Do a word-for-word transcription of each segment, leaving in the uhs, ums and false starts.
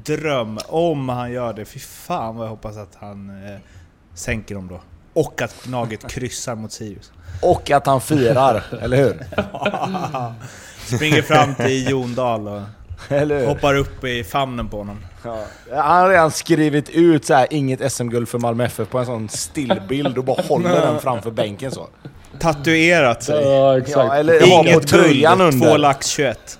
dröm om han gör det. Fy fan vad jag hoppas att han eh, sänker dem då. Och att Gnaget kryssar mot Sirius. Och att han firar, eller hur? Springer fram till Jon Dahl och eller hur? Hoppar upp i famnen på honom. Ja. Han har redan skrivit ut så här, inget S M-guld för Malmö F F på en sån stillbild och bara håller den framför bänken så. Tatuerat sig. Ja, exakt. Ja, eller har på tröjan guld, under. Två lax tjugoett.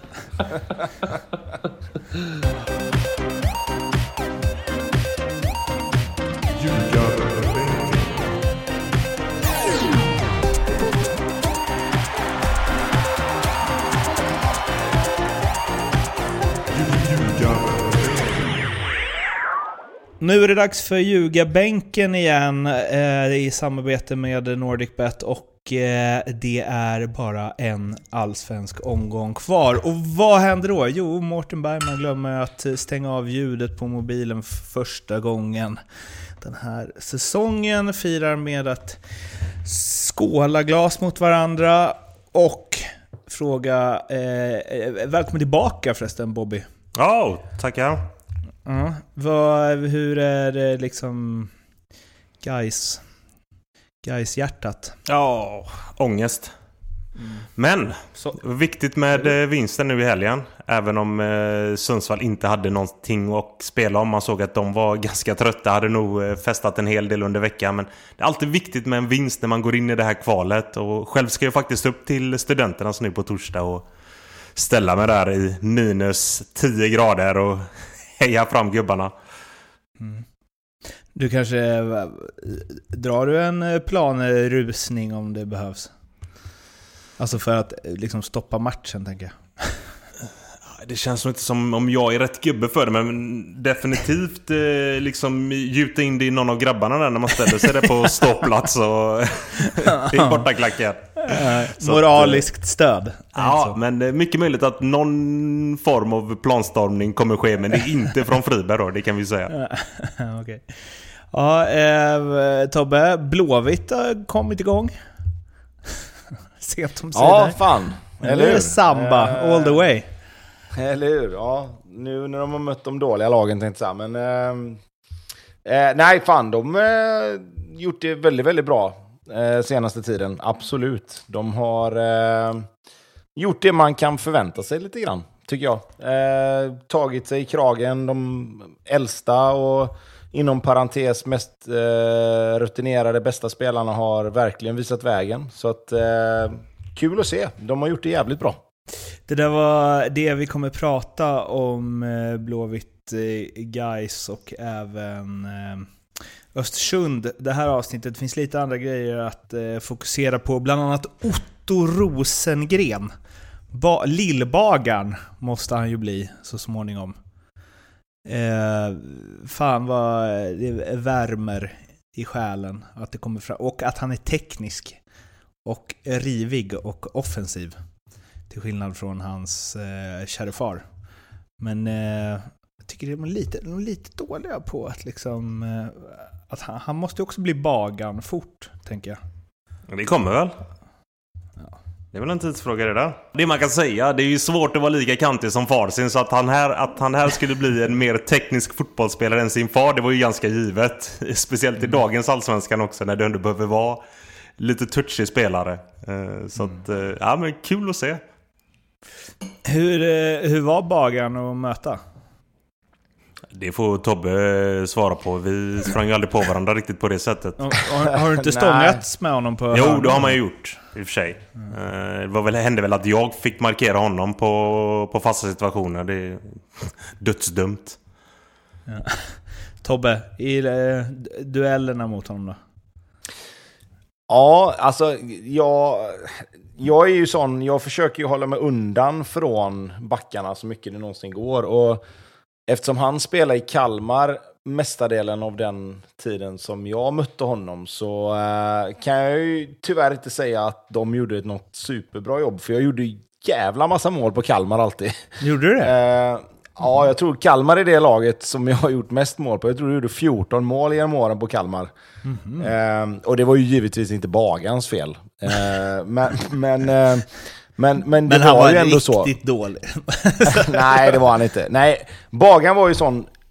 Nu är det dags för Ljugarbänken igen eh, i samarbete med NordicBet och eh, det är bara en allsvensk omgång kvar. Och vad händer då? Jo, Mårten Bergman glömmer att stänga av ljudet på mobilen första gången den här säsongen. Firar med att skåla glas mot varandra och fråga eh, välkommen tillbaka förresten, Bobby. Ja, oh, tackar. Ja, vad, hur är det liksom guys guys hjärtat? Ja, ångest. Mm. Men så viktigt med mm. vinsten nu i helgen. Även om eh, Sundsvall inte hade någonting att spela om. Man såg att de var ganska trötta. Hade nog eh, festat en hel del under veckan. Men det är alltid viktigt med en vinst när man går in i det här kvalet. Och själv ska jag faktiskt upp till studenterna nu på torsdag och ställa mig där i minus tio grader och heja fram gubbarna. Mm. Du kanske drar du en planrusning om det behövs. Alltså för att liksom stoppa matchen, tänker jag. Det känns nog inte som om jag är rätt gubbe för det, men definitivt eh, liksom gjuta in det i någon av grabbarna där när man ställer sig där på ståplats och i bortaklacken. Moraliskt stöd. Ja, så. Men det är mycket möjligt att någon form av planstormning kommer ske, men det är inte från Friberg då, det kan vi säga. Okej. Okay. Ja, eh, Tobbe, Blåvitt har kommit igång. Sent om sig ja, där. fan. Eller hur? Samba, uh, all the way. Eller hur? Ja, nu när de har mött de dåliga lagen tänkte jag, men eh, eh, nej fan, de har eh, gjort det väldigt, väldigt bra eh, senaste tiden, absolut. De har eh, gjort det man kan förvänta sig lite grann, tycker jag. Eh, tagit sig i kragen, de äldsta och inom parentes mest eh, rutinerade bästa spelarna har verkligen visat vägen. Så att eh, kul att se, de har gjort det jävligt bra. Det där var det vi kommer prata om, Blåvitt, Gais och även Östersund. Det här avsnittet finns lite andra grejer att fokusera på, bland annat Otto Rosengren. Ba- Lillbagaren måste han ju bli så småningom. Eh, fan vad det värmer i själen att det kommer fram. Och att han är teknisk och rivig och offensiv. Till skillnad från hans eh, kära far. Men eh, jag tycker de är lite, de är lite dåliga på att liksom eh, att han, han måste också bli bagan fort, tänker jag. Det kommer väl? Ja. Det är väl en tidsfråga det där. Det man kan säga, det är ju svårt att vara lika kantig som far sin, så att han här, att han här skulle bli en mer teknisk fotbollsspelare än sin far, det var ju ganska givet. Speciellt i dagens allsvenskan också, när det ändå behöver vara lite touchig spelare. Så att, ja, men kul att se. Hur, hur var bagaren att möta? Det får Tobbe svara på. Vi sprang ju aldrig på varandra riktigt på det sättet. Har, har du inte stångats med honom på? Jo, det har man ju gjort i och för sig. Mm. Det var väl, hände väl att jag fick markera honom på, på fasta situationer. Det är dödsdumt. Ja. Tobbe, i eh, duellerna mot honom då? Ja, alltså jag, jag är ju sån, jag försöker ju hålla mig undan från backarna så mycket det någonsin går. Och eftersom han spelar i Kalmar mesta delen av den tiden som jag mötte honom, så eh, kan jag ju tyvärr inte säga att de gjorde ett något superbra jobb. För jag gjorde jävla massa mål på Kalmar alltid. Gjorde du det? Eh, ja, jag tror Kalmar är det laget som jag har gjort mest mål på. Jag tror du gjorde fjorton mål genom åren på Kalmar. Mm-hmm. Eh, och det var ju givetvis inte Bagans fel. Eh, men... men eh, Men, men, det men han var, var ju ändå riktigt så. Dålig. Nej, det var han inte. Nej, Bagan var ju sån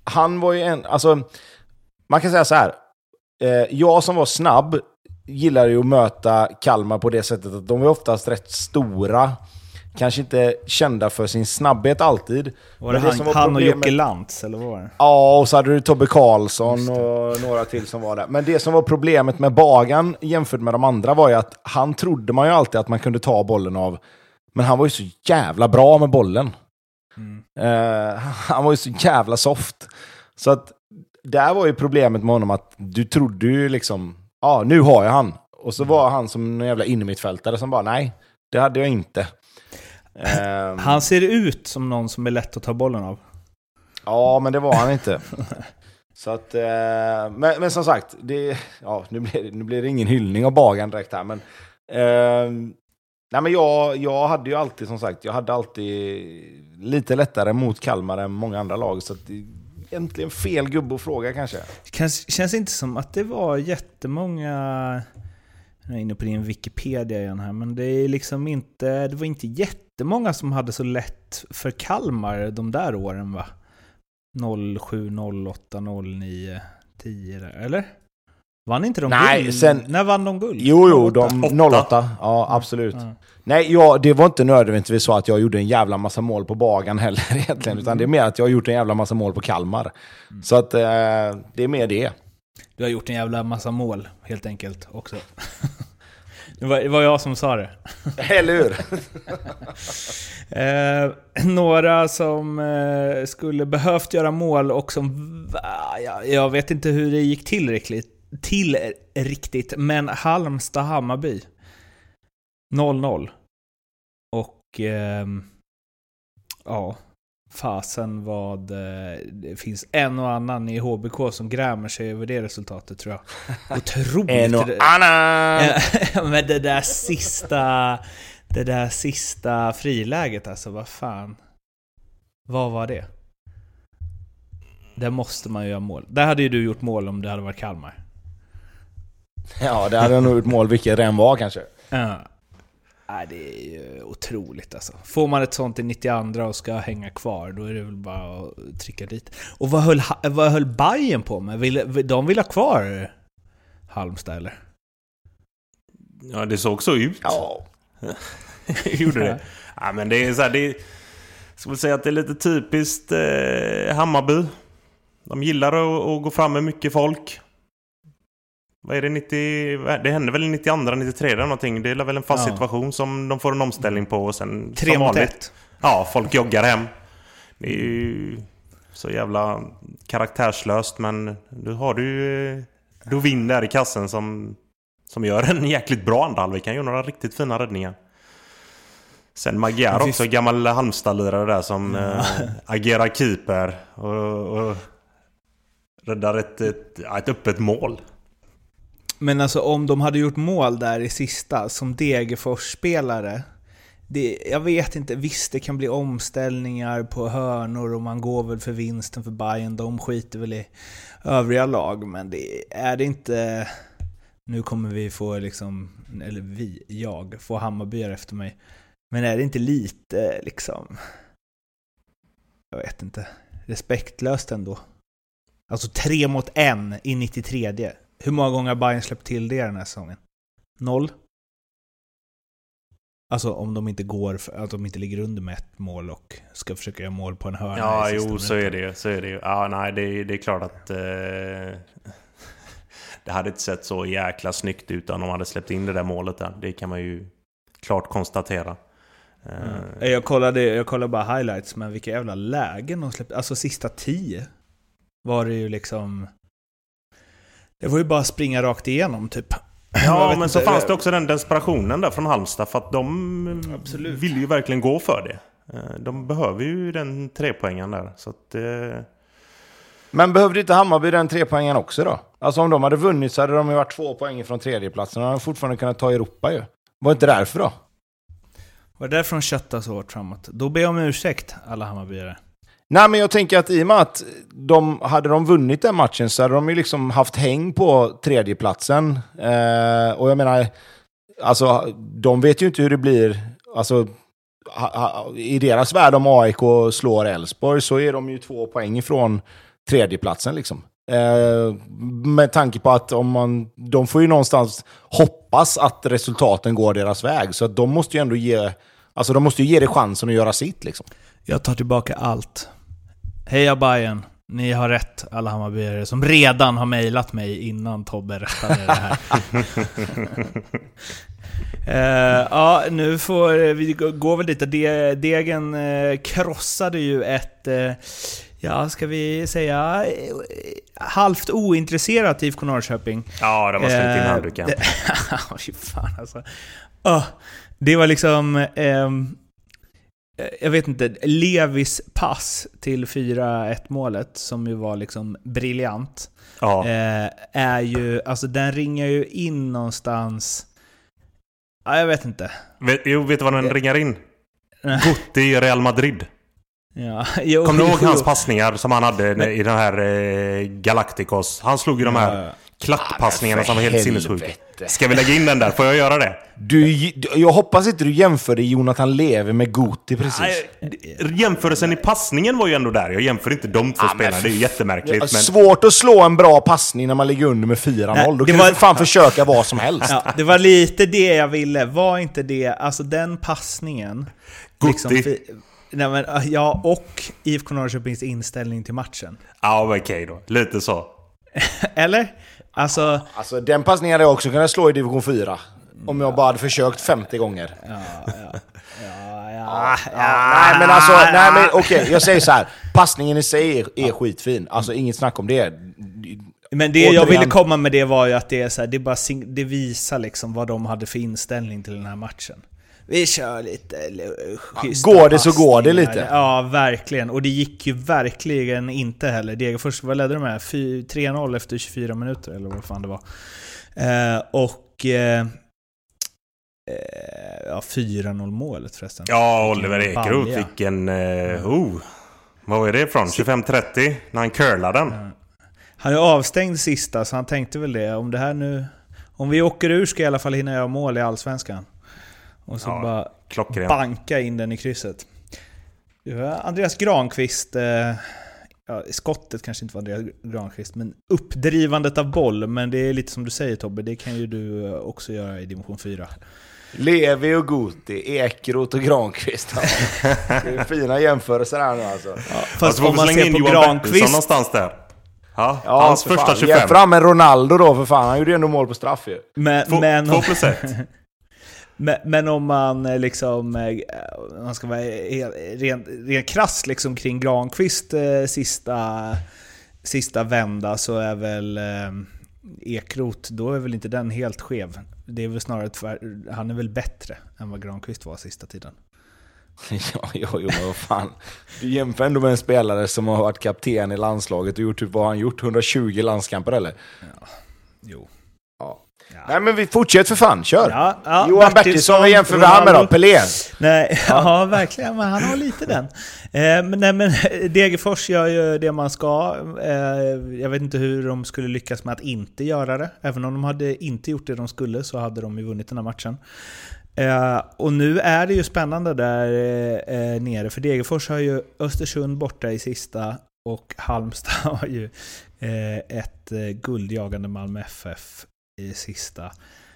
han var ju en, alltså man kan säga så här, eh, jag som var snabb gillar ju att möta Kalmar på det sättet att de är oftast rätt stora, kanske inte kända för sin snabbhet alltid. Var det, men det han, som var han och problemet... Jocke Lantz, eller vad var det? Ja, och så hade du Tobbe Karlsson och några till som var där. Men det som var problemet med Bagan jämfört med de andra var ju att han trodde man ju alltid att man kunde ta bollen av. Men han var ju så jävla bra med bollen. Mm. Uh, han var ju så jävla soft. Så att där var ju problemet med honom att du trodde ju liksom, ja, nu har jag han. Och så var han som en jävla innermittfältare som bara, nej, det hade jag inte. Um, han ser ut som någon som är lätt att ta bollen av. Ja, men det var han inte. Så att, uh, men, men som sagt, det, ja, nu, blir, nu blir det ingen hyllning av Bagan direkt här. Men, uh, nej, men jag, jag hade ju alltid, som sagt, jag hade alltid lite lättare mot Kalmar än många andra lag. Så att det, egentligen fel gubbe att fråga kanske. Känns, känns inte som att det var jättemånga... Jag är inne på din Wikipedia igen här, men det är liksom inte, det var inte jättemånga som hade så lätt för Kalmar de där åren, va? noll sju, noll åtta, noll nio, tio där, eller? Vann inte de Nej, guld? Sen, När vann de guld? Jo, jo, de noll åtta. Ja, absolut. Mm. Nej, ja, det var inte nödvändigtvis så att jag gjorde en jävla massa mål på Bagan heller egentligen, mm. utan det är mer att jag har gjort en jävla massa mål på Kalmar. Mm. Så att eh, det är mer det. Du har gjort en jävla massa mål, helt enkelt, också. Det var, det var jag som sa det. Eller hur? eh, några som eh, skulle behövt göra mål och som... Ja, jag vet inte hur det gick till riktigt, till riktigt men Halmstad-Hammarby. noll noll. Och... Eh, ja... Fasen vad det finns en och annan i H B K som grämer sig över det resultatet, tror jag. Otroligt. En och annan! Men det där sista det där sista friläget, alltså, vad fan. Vad var det? Där måste man ju göra mål. Där hade ju du gjort mål om det hade varit Kalmar. Ja, det hade jag nog gjort mål vilket den var kanske. Ja. Nej, det är ju otroligt alltså. Får man ett sånt i nittiotvå och ska hänga kvar, då är det väl bara att trycka dit. Och vad höll, vad höll Bayern på med? Vill, de vill ha kvar Halmstad, eller? Ja, det såg så ut. Ja. Gjorde det. Ja, men det är så här, det är, ska väl säga att det är lite typiskt eh, Hammarby. De gillar att, att gå fram med mycket folk. Vad är det, nittio, det hände väl i nittiotvå, nittiotre eller någonting. Det är väl en fast ja. situation som de får en omställning på och sen tre mot ett. Ja, folk joggar hem. Det är ju så jävla karaktärslöst, men du har du du vinner där i kassen som som gör en jäkligt bra andra halvlek. Kan göra några riktigt fina räddningar. Sen Magyar också, f- gammal Halmstad-lirare där som ja. äh, agerar keeper och, och räddar ett, ett, ett öppet mål. Men alltså om de hade gjort mål där i sista som Degerfors-spelare, det, jag vet inte, visst det kan bli omställningar på hörnor och man går väl för vinsten för Bayern, de skiter väl i övriga lag, men det är det inte, nu kommer vi få liksom, eller vi, jag, få Hammarbyar efter mig, men är det inte lite liksom, jag vet inte, respektlöst ändå? Alltså tre mot en i nittiotre. Hur många gånger har Bayern släppt till det den här säsongen? Noll? Alltså om de inte går, för, att de inte ligger under med ett mål och ska försöka göra mål på en hörna. Ja, jo, så är det ju. Så är det ju. Ja, nej, det, det är klart att eh, det hade inte sett så jäkla snyggt ut om de hade släppt in det där målet där. Det kan man ju klart konstatera. Mm. Jag kollade, jag kollade bara highlights, men vilka jävla lägen de släppte. Alltså sista tio var det ju liksom... Det var ju bara springa rakt igenom typ. Ja, men inte. Så fanns det också den desperationen där från Halmstad, för att de Absolut. vill ju verkligen gå för det. De behöver ju den trepoängen där. Så att, eh... Men behövde inte Hammarby den trepoängen också då? Alltså om de hade vunnit så hade de ju varit två poäng från tredjeplatsen och de hade fortfarande kunnat ta Europa ju. Var inte därför då? Var det därför de köttade så hårt framåt? Då ber jag om ursäkt, alla Hammarbyare. Nej, men jag tänker att i och med att de, hade de vunnit den matchen så hade de ju liksom haft häng på tredjeplatsen. Eh, och jag menar, alltså de vet ju inte hur det blir. Alltså ha, ha, i deras värld om A I K slår Elfsborg så är de ju två poäng ifrån tredjeplatsen liksom. Eh, med tanke på att om man, de får ju någonstans hoppas att resultaten går deras väg. Så att de måste ju ändå ge, alltså de måste ju ge det chansen att göra sitt liksom. Jag tar tillbaka allt. Heja Bayern. Ni har rätt, alla Hammarbyare som redan har mejlat mig innan Tobbe rättade det här. uh, ja, nu får vi gå väl dit. Degen uh, krossade ju ett, uh, ja, ska vi säga, uh, halvt ointresserat I F K Norrköping. Ja, de har slängt in handduken. Oj, fan alltså. Uh, det var liksom... Um, jag vet inte, Levis pass till fyra ett målet som ju var liksom briljant. Ja. Eh, är ju, alltså den ringer ju in någonstans. Ja, jag vet inte. Vet, jo, vet du vad den ringar in? Guti i Real Madrid. Ja, jo, Kommer du ihåg jo. hans passningar som han hade Men, i den här eh, Galacticos? Han slog ju de här ja. klackpassningarna som var helt helvete. sinnessjuka. Ska vi lägga in den där? Får jag göra det? Du, jag hoppas inte du jämförde Jonathan Levi med Guti precis. Nej, jämförelsen i passningen var ju ändå där. Jag jämför inte de två Ja, spelarna. Det är ju jättemärkligt. Men... Svårt att slå en bra passning när man ligger under med fyra noll. Då det kan var... du fan försöka vad som helst. Ja, det var lite det jag ville. Var inte det, alltså den passningen. Guti. Liksom, nej, men, ja, och I F K Norrköpings inställning till matchen. Ja, okej okay då. Lite så. Eller? Alltså, alltså den passningen hade jag också kunnat slå i division fyra. Om jag bara hade försökt femtio gånger. Ja, ja, ja, ja, ah, ja. Nej men alltså, nej men okej, okay, jag säger så här. Passningen i sig är, är skitfin. Alltså inget snack om det. Men det jag ville komma med det var ju att det är så här, det bara det visar liksom vad de hade för inställning till den här matchen. Vi kör lite schyssta går det så går det lite. Ja, verkligen. Och det gick ju verkligen inte heller. Degerfors, vad ledde de med? tre noll efter tjugofyra minuter, eller vad fan det var. Eh, och eh, ja, fyra noll målet förresten. Ja, Oliver Ekeroth fick en... Uh, oh, vad är det ifrån? tjugofem trettio när han curlade den. Ja. Han är avstängd sista, så han tänkte väl det. Om det här nu... Om vi åker ur ska jag i alla fall hinna göra mål i Allsvenskan. Och så ja, bara klockren. Banka in den i krysset. Andreas Granqvist, eh, ja, skottet kanske inte var Andreas Granqvist, men uppdrivandet av boll, men det är lite som du säger Tobbe, det kan ju du också göra i division fyra. Levi och Guti, Ekeroth och Granqvist. Ja. Det är fina jämförelser här nu alltså. Ja, fast alltså, om man ser på Granqvist någonstans där. Ja, ja, hans första fan. tjugofem. Ge fram en Ronaldo då för fan, han gjorde ju ändå mål på straff ju. Men, två, men, två plus ett. Men, men om man liksom man ska vara rent ren krass liksom kring Granqvist eh, sista sista vända, så är väl eh, Ekeroth, då är väl inte den helt skev. Det är väl snarare tvär, han är väl bättre än vad Granqvist var sista tiden. Ja, jo, jo, men vad fan. Du jämför ändå med en spelare som har varit kapten i landslaget och gjort typ vad han gjort, hundratjugo landskamper eller? Ja. Jo. Ja. Ja. Nej men vi fortsätter för fan, kör! Ja, ja, Johan Bertilsson, vad jämför vi här med då? Pelé? Nej, ja. ja, verkligen, men han har lite den. Eh, men, nej, men Degerfors gör ju det man ska. Eh, jag vet inte hur de skulle lyckas med att inte göra det. Även om de hade inte gjort det de skulle, så hade de ju vunnit den här matchen. Eh, och nu är det ju spännande där eh, nere, för Degerfors har ju Östersund borta i sista, och Halmstad har ju eh, ett eh, guldjagande Malmö F F i sista.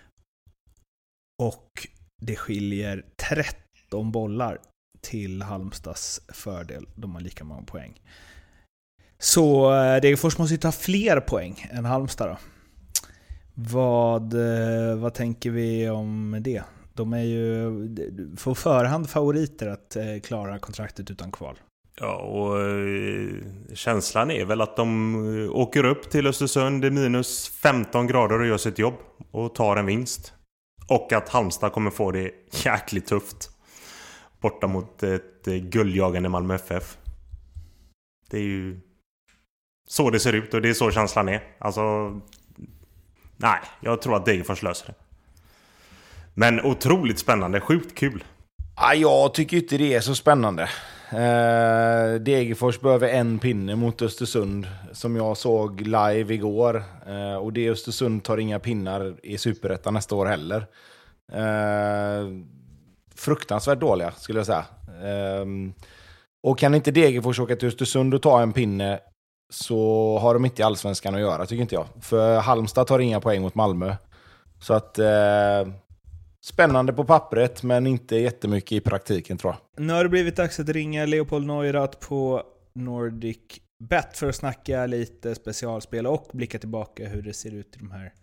Och det skiljer tretton bollar till Halmstads fördel. De har lika många poäng. Så Degerfors måste ju ta fler poäng än Halmstad då. Vad, vad tänker vi om det? De är ju på förhand favoriter att klara kontraktet utan kval. Ja, och eh, känslan är väl att de eh, åker upp till Östersund i minus femton grader och gör sitt jobb och tar en vinst. Och att Halmstad kommer få det jäkligt tufft borta mot ett eh, guldjagande Malmö F F. Det är ju så det ser ut och det är så känslan är. Alltså, nej, jag tror att Degerfors löser det. Men otroligt spännande, sjukt kul. Ja, jag tycker inte det är så spännande. Eh, Degerfors behöver en pinne mot Östersund som jag såg live igår. Eh, och det Östersund tar inga pinnar i Superettan nästa år heller. Eh, fruktansvärt dåliga skulle jag säga. Eh, och kan inte Degerfors åka till Östersund och ta en pinne så har de inte i allsvenskan att göra, tycker inte jag. För Halmstad tar inga poäng mot Malmö. Så att eh, spännande på pappret, men inte jättemycket i praktiken, tror jag. Nu har det blivit dags att ringa Leopold Neurath på Nordic Bet för att snacka lite specialspel och blicka tillbaka hur det ser ut i de här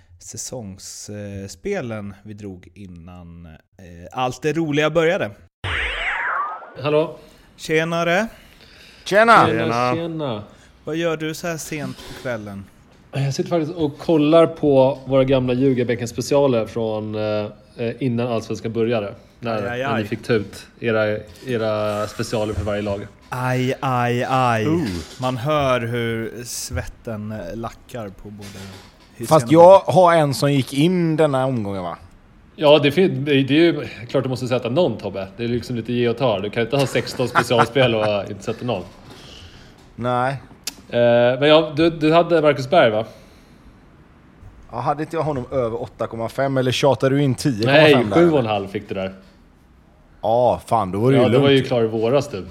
säsongsspelen vi drog innan eh, allt det roliga började. Hallå? Tjenare! Tjena! Tjena, tjena! Vad gör du så här sent på kvällen? Jag sitter faktiskt och kollar på våra gamla Ljugarbänken specialer från eh, innan Allsvenskan började. När, aj, aj, aj. när ni fick ta ut era, era specialer för varje lag. Aj, aj, aj. Uh. Man hör hur svetten lackar på både... Fast jag har en som gick in denna omgången, va? Ja, det är, det är ju klart du måste sätta någon, Tobbe. Det är liksom lite ge och ta. Du kan inte ha sexton specialspel och inte sätta någon. Nej. Eh, men ja, du, du hade Marcus Berg, va? Ja, hade inte jag honom över åtta komma fem eller tjatade du in tio komma fem? Nej, sju komma fem fick du där. Ja, fan, då var det ju Ja, lugnt. det var ju klar i våras, du.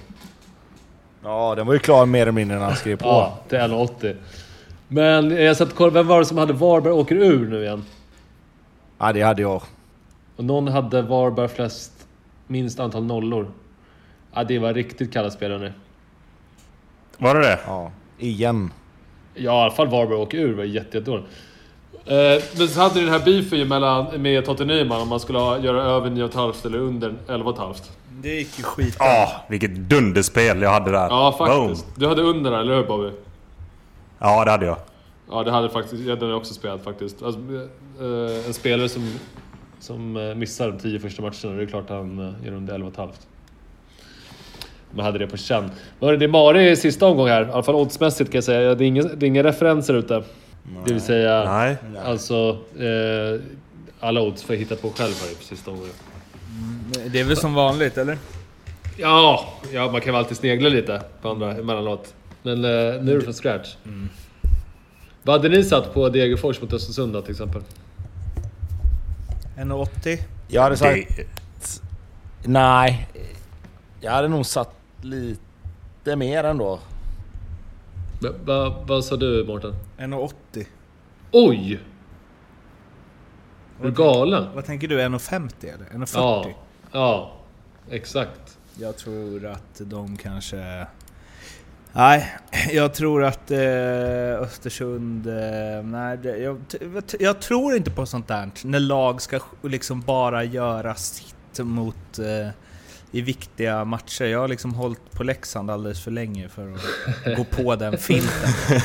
Ja, den var ju klar mer eller mindre när han skrev på. Ja, till en komma åttio. Men jag satt och kollade, vem var det som hade Varberg åker ur nu igen? Ja, det hade jag. Och någon hade Varberg flest, minst antal nollor. Ja, det var riktigt kalla spelare nu. Var det det? Ja, igen. Ja, i alla fall Varberg åker ur, var jätte, jättedåligt. Eh, men så hade den här beefen mellan, med Totte Nyman om man skulle ha, göra över nio komma fem eller under elva komma fem. Det gick ju skit. Ja, oh, vilket dunderspel jag hade där. Ja, faktiskt. Boom. Du hade under, eller hur, Bobby? Ja, det hade jag. Ja, det hade faktiskt, jag hade också spelat faktiskt. Alltså, eh, en spelare som, som missar de tio första matcherna, det är klart han eh, gör under elva komma fem. Man hade det på känn. Men det är Mari i sista omgång här, i alla fall oddsmässigt kan jag säga. Det är inga, det är inga referenser ute. Nej. Det vill säga, Nej. alltså eh, alla odds får jag hitta på själv här i sista omgången. Mm, det är väl som vanligt, eller? Ja, ja, man kan väl alltid snegla lite på andra emellanåt. Men eh, nu är det från scratch. Mm. Vad hade ni satt på Degerfors mot Östersund då, till exempel? en komma åttio. Jag hade sagt... Det... Nej. Jag hade nog satt lite mer ändå. Vad va, va sa du, Mårten? en komma åttio. Oj! Är du galen? Vad tänker du? en komma femtio eller? en komma fyrtio? Ja, ja, exakt. Jag tror att de kanske... Nej, jag tror att eh, Östersund... Eh, nej, det, jag, jag tror inte på sånt där. När lag ska liksom bara göra sitt mot... Eh, i viktiga matcher. Jag har liksom hållit på Leksand alldeles för länge för att gå på den finten.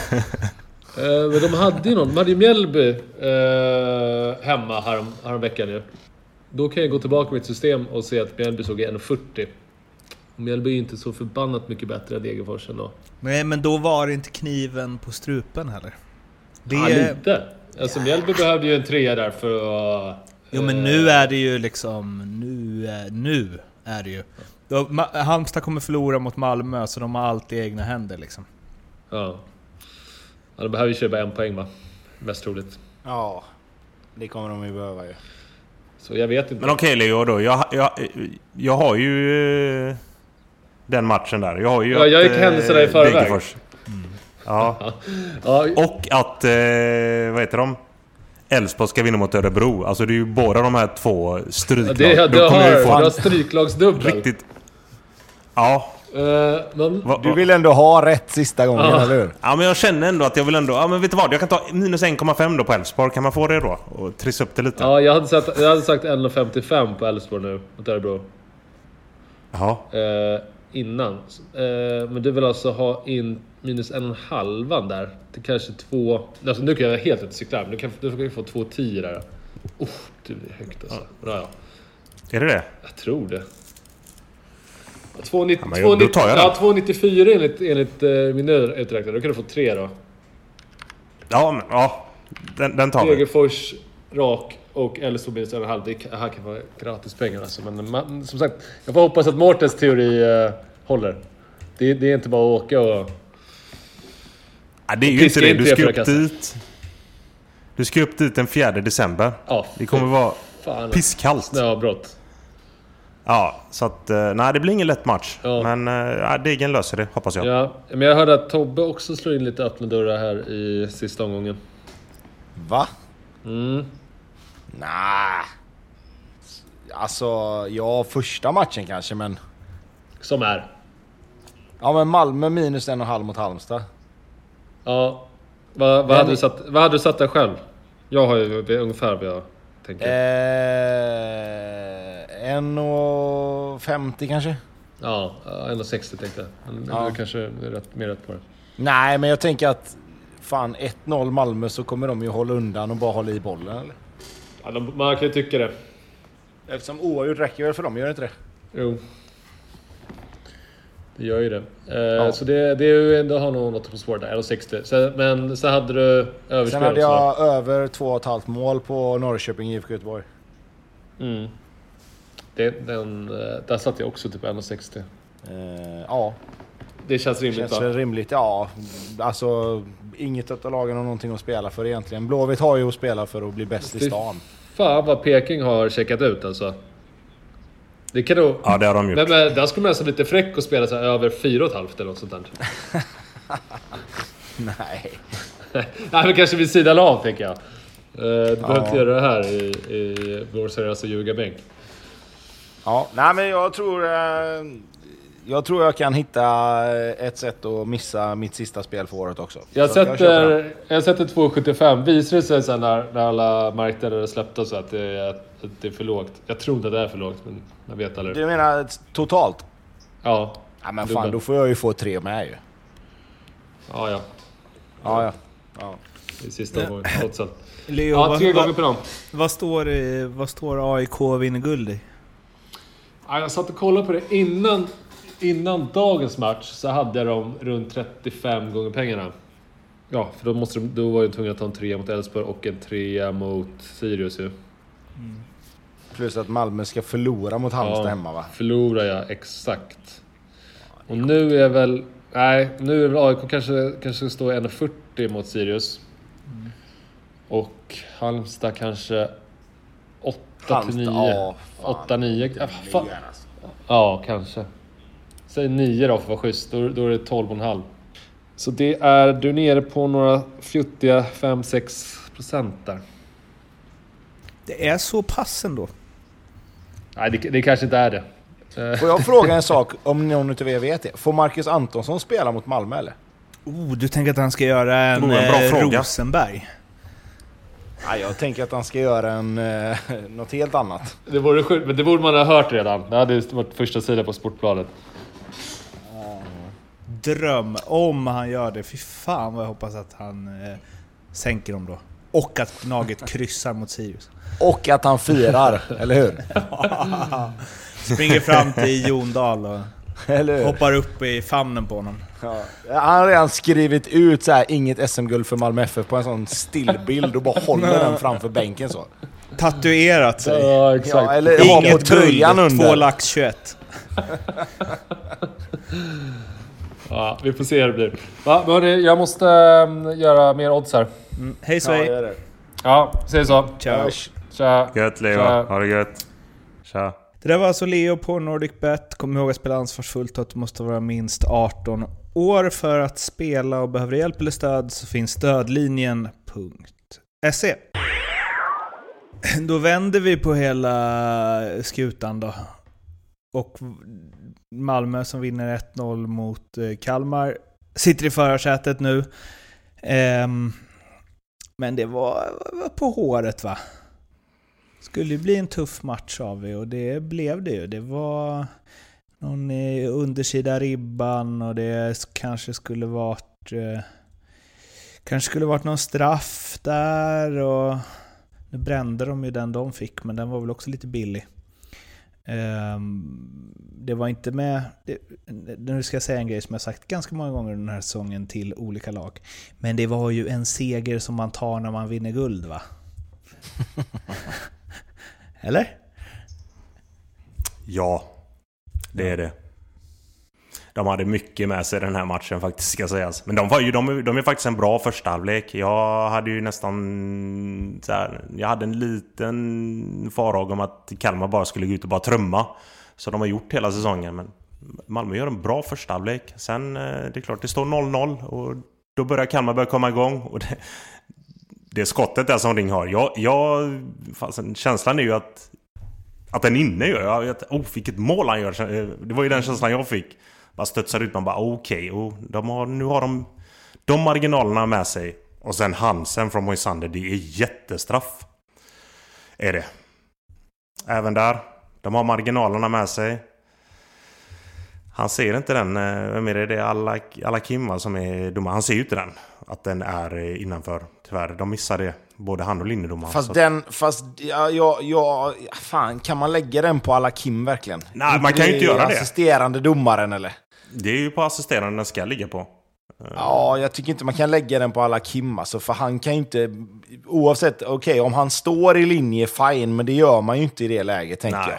eh, men de hade ju någon. De hade ju Mjällby eh, hemma härom, härom veckan ju. Då kan jag gå tillbaka med ett system och se att Mjällby såg en komma fyrtio. Mjällby är inte så förbannat mycket bättre än Degerfors ändå. Nej, men då var det inte kniven på strupen heller. Det... Ja, lite. Alltså Mjällby behövde ju en trea där för att... Jo, men nu är det ju liksom... Nu är, nu är det ju... Då, Halmstad kommer förlora mot Malmö, så de har alltid egna händer liksom. Ja. Ja, de behöver ju köpa en poäng, va? Mest troligt. Ja, det kommer de ju behöva ju. Så jag vet inte. Men okej, Leo då. Jag, jag, jag har ju eh, den matchen där. Jag har ju ja, jag gick händelserna i förväg. Mm. Ja. ja. Och att, eh, vad heter de? Elfsborg ska vinna mot Örebro. Alltså det är ju båda de här två stryklag. Ja, det, det har ju få stryklagsdubbel. Riktigt. Ja. Uh, men... Du vill ändå ha rätt sista gången, ja. eller hur? Ja, men jag känner ändå att jag vill ändå... Ja, men vet du vad? Jag kan ta minus en komma fem då på Elfsborg. Kan man få det då? Och trissa upp det lite. Ja, jag hade sagt, jag hade sagt en komma femtiofem på Elfsborg nu mot Örebro. Jaha. Uh, innan. Uh, men du vill alltså ha in minus en och halvan där. Det kanske två... Alltså nu kan jag helt inte cykla. Men du kan, du kan få två tio där. Oh, det är högt alltså. Ja. Bra, ja. Är det det? Jag tror det. två nittio, ja, jag, två, ja, två nittiofyra enligt, enligt uh, min uträkning. Då kan du få tre då. Ja, men, ja. Den, den tar vi. Degerfors, rak och Elfsborg minus en och halv. Det här kan vara gratis pengar alltså. Men man, som sagt, jag får hoppas att Mårtens teori uh, håller. Det, det är inte bara att åka och... Ja, det är ju inte det. Du ska upp dit. Du ska upp dit den fjärde december. Ja, det kommer vara fan, pisskallt. Snöbrott. Ja, så att nej, det blir ingen lätt match. Ja. Men ja, Degen löser det, hoppas jag. Ja, men jag hörde att Tobbe också slår in lite öppna dörrar här i sista omgången. Va? Mm. Nej. Alltså, ja, första matchen kanske, men... Som är. Ja, men Malmö minus en och halv mot Halmstad. Ja. Vad, vad, Den- hade du satt, vad hade du satt där själv? Jag har ju det är ungefär vad jag tänker. Eh, en och femtio kanske? Ja, en och sextio tänkte jag. Men Ja. du kanske är rätt, mer rätt på det. Nej, men jag tänker att... Fan, ett noll Malmö, så kommer de ju hålla undan och bara hålla i bollen, eller? Ja, de, man kan ju tycka det. Eftersom oavgjort räcker väl för dem, gör det inte det? Jo. Det gör ju det. Eh, Ja. Så det, det är ju ändå har nog något på spåret där, en och sextio. Så, men så hade du överspel. Sen hade också. jag över två och ett halvt mål på Norrköping I F K Göteborg. Mm. Det, den, eh, där satt jag också typ en och sextio. Eh, ja, Det känns rimligt känns va? väl rimligt. Ja, alltså inget av lagen har någonting att spela för egentligen. Blåvitt har ju att spela för att bli bäst i Fy stan. Fan vad Peking har checkat ut alltså. Det kan då... Ja, det har de gjort. Men, men där skulle man alltså lite fräck och spela så här över fyra och ett halvt eller något sånt där. Nej. Nej men kanske vid sidan av tänker jag. Uh, du Ja. behöver inte göra det här i, i vår seriösa ljugarbänk. Ja, nej men jag tror... Eh, jag tror jag kan hitta ett sätt att missa mitt sista spel för året också. Jag Så jag köper den. sätter, jag sätter två sjuttiofem. Visar det sig sen när, när alla marknader släppte så att det, är, att det är för lågt. Jag tror inte att det är för lågt, men jag vet aldrig. Du menar totalt? Ja. Ja men fan, Dubbel. då får jag ju få tre med ju. Ja, ja. Ja, ja. ja. I sista omgången. Trots allt. Leo, Ja, vad, tre gånger vad, på dem. vad, står, i- vad står A I K vinner guld i? Ja, jag satt och kollade på det innan, innan dagens match så hade de runt trettiofem gånger pengarna. Ja, för då, måste de, då var de tvungna att ta en trea mot Elfsborg och en trea mot Sirius ju. Plus att Malmö ska förlora mot Halmstad Ja, hemma va? Förlorar jag, exakt. Och nu är väl... Nej, nu är väl A I K kanske, kanske står en fyrtio mot Sirius. Och Halmstad kanske åtta till nio. ja, fan. åtta nio. Ja, fan. Nio, alltså. Ja, kanske. Säg nio då för att vara schysst. Då, då är det tolv komma fem. Så det är du är nere på några fjuttiga fem sex procent där. Det är så pass ändå. Nej, det, det kanske inte är det. Eh, Får jag fråga en sak om någon av er vet det? Får Marcus Antonsson spela mot Malmö eller? Oh, du tänker att han ska göra en, Oh, en bra eh, fråga. Rosenberg? Nej, jag tänker att han ska göra en, eh, något helt annat. Det vore sjukt, men det borde man ha hört redan. Det hade varit första sidan på Sportbladet. Dröm om han gör det. Fy fan vad jag hoppas att han eh, sänker dem då. Och att Gnaget kryssar mot Sirius. Och att han firar, eller hur? Springer fram till Jon Dahl och Eller hur? hoppar upp i famnen på honom. Ja. Han har redan skrivit ut så här, inget S M-guld för Malmö F F på en sån stillbild och bara håller den framför bänken så. Tatuerat sig. Ja, exakt. Ja, eller ha på Inget tröjan guld, två under. lax tjugoett. Ja, vi får se hur det blir. Va, men hörni, jag måste um, göra mer odds här. Mm. Hej Ja, Svej. det är det. Ja, säg så. Ciao. Tja. Gött Leo, Tja. ha det gött. Tja. Det där var alltså Leo på NordicBet. Kom ihåg att spela ansvarsfullt och att du måste vara minst arton år för att spela, och behöver du hjälp eller stöd så finns stödlinjen punkt se. Då vänder vi på hela skutan då. Och Malmö som vinner ett noll mot eh, Kalmar sitter i förarsätet nu. Ehm, men det var, var på håret va? Skulle ju bli en tuff match av vi, och det blev det ju. Det var någon i undersida ribban och det kanske skulle varit eh, kanske skulle varit någon straff där, och nu brände de ju den de fick, men den var väl också lite billig. Um, det var inte med det, nu ska jag säga en grej som jag sagt ganska många gånger den här säsongen till olika lag, men det var ju en seger som man tar när man vinner guld va? Eller? Ja, det är det. De hade mycket med sig den här matchen faktiskt, ska sägas. Men de var ju de, är- de är faktiskt en bra första halvlek. Jag hade ju nästan så här, jag hade en liten farhåga om att Kalmar bara skulle gå ut och bara trumma. som de har gjort hela säsongen. Men Malmö gör en bra första halvlek. Sen, eh, det är klart, det står noll noll och då börjar Kalmar börja komma igång. Och det, det skottet där som Ring har. Jag, jag, fan, känslan är ju att, att den inne gör. Jag vet, oh, vilket mål han gör. Det var ju den känslan jag fick. Bara studsar ut, man bara okej. Okay, oh, de har, nu har de de marginalerna med sig. Och sen Hansen från Moisander, det är jättestraff. Är det. Även där. De har marginalerna med sig. Han ser inte den. Vem är det? Det är alla, alla Kimma som är domare. Han ser ju inte den. Att den är innanför. Tyvärr. De missar det. Både han och linjedomaren. Fast den... Fast... Ja, ja, ja, fan, kan man lägga den på alla Kim verkligen? Nej, man kan ju inte göra det. Assisterande domaren, eller? Det är ju på assisterande den ska ligga på. Ja, jag tycker inte man kan lägga den på alla Kim. Alltså, för han kan ju inte... Oavsett, okej, okay, om han står i linje, fine. Men det gör man ju inte i det läget, tänker Nej. jag.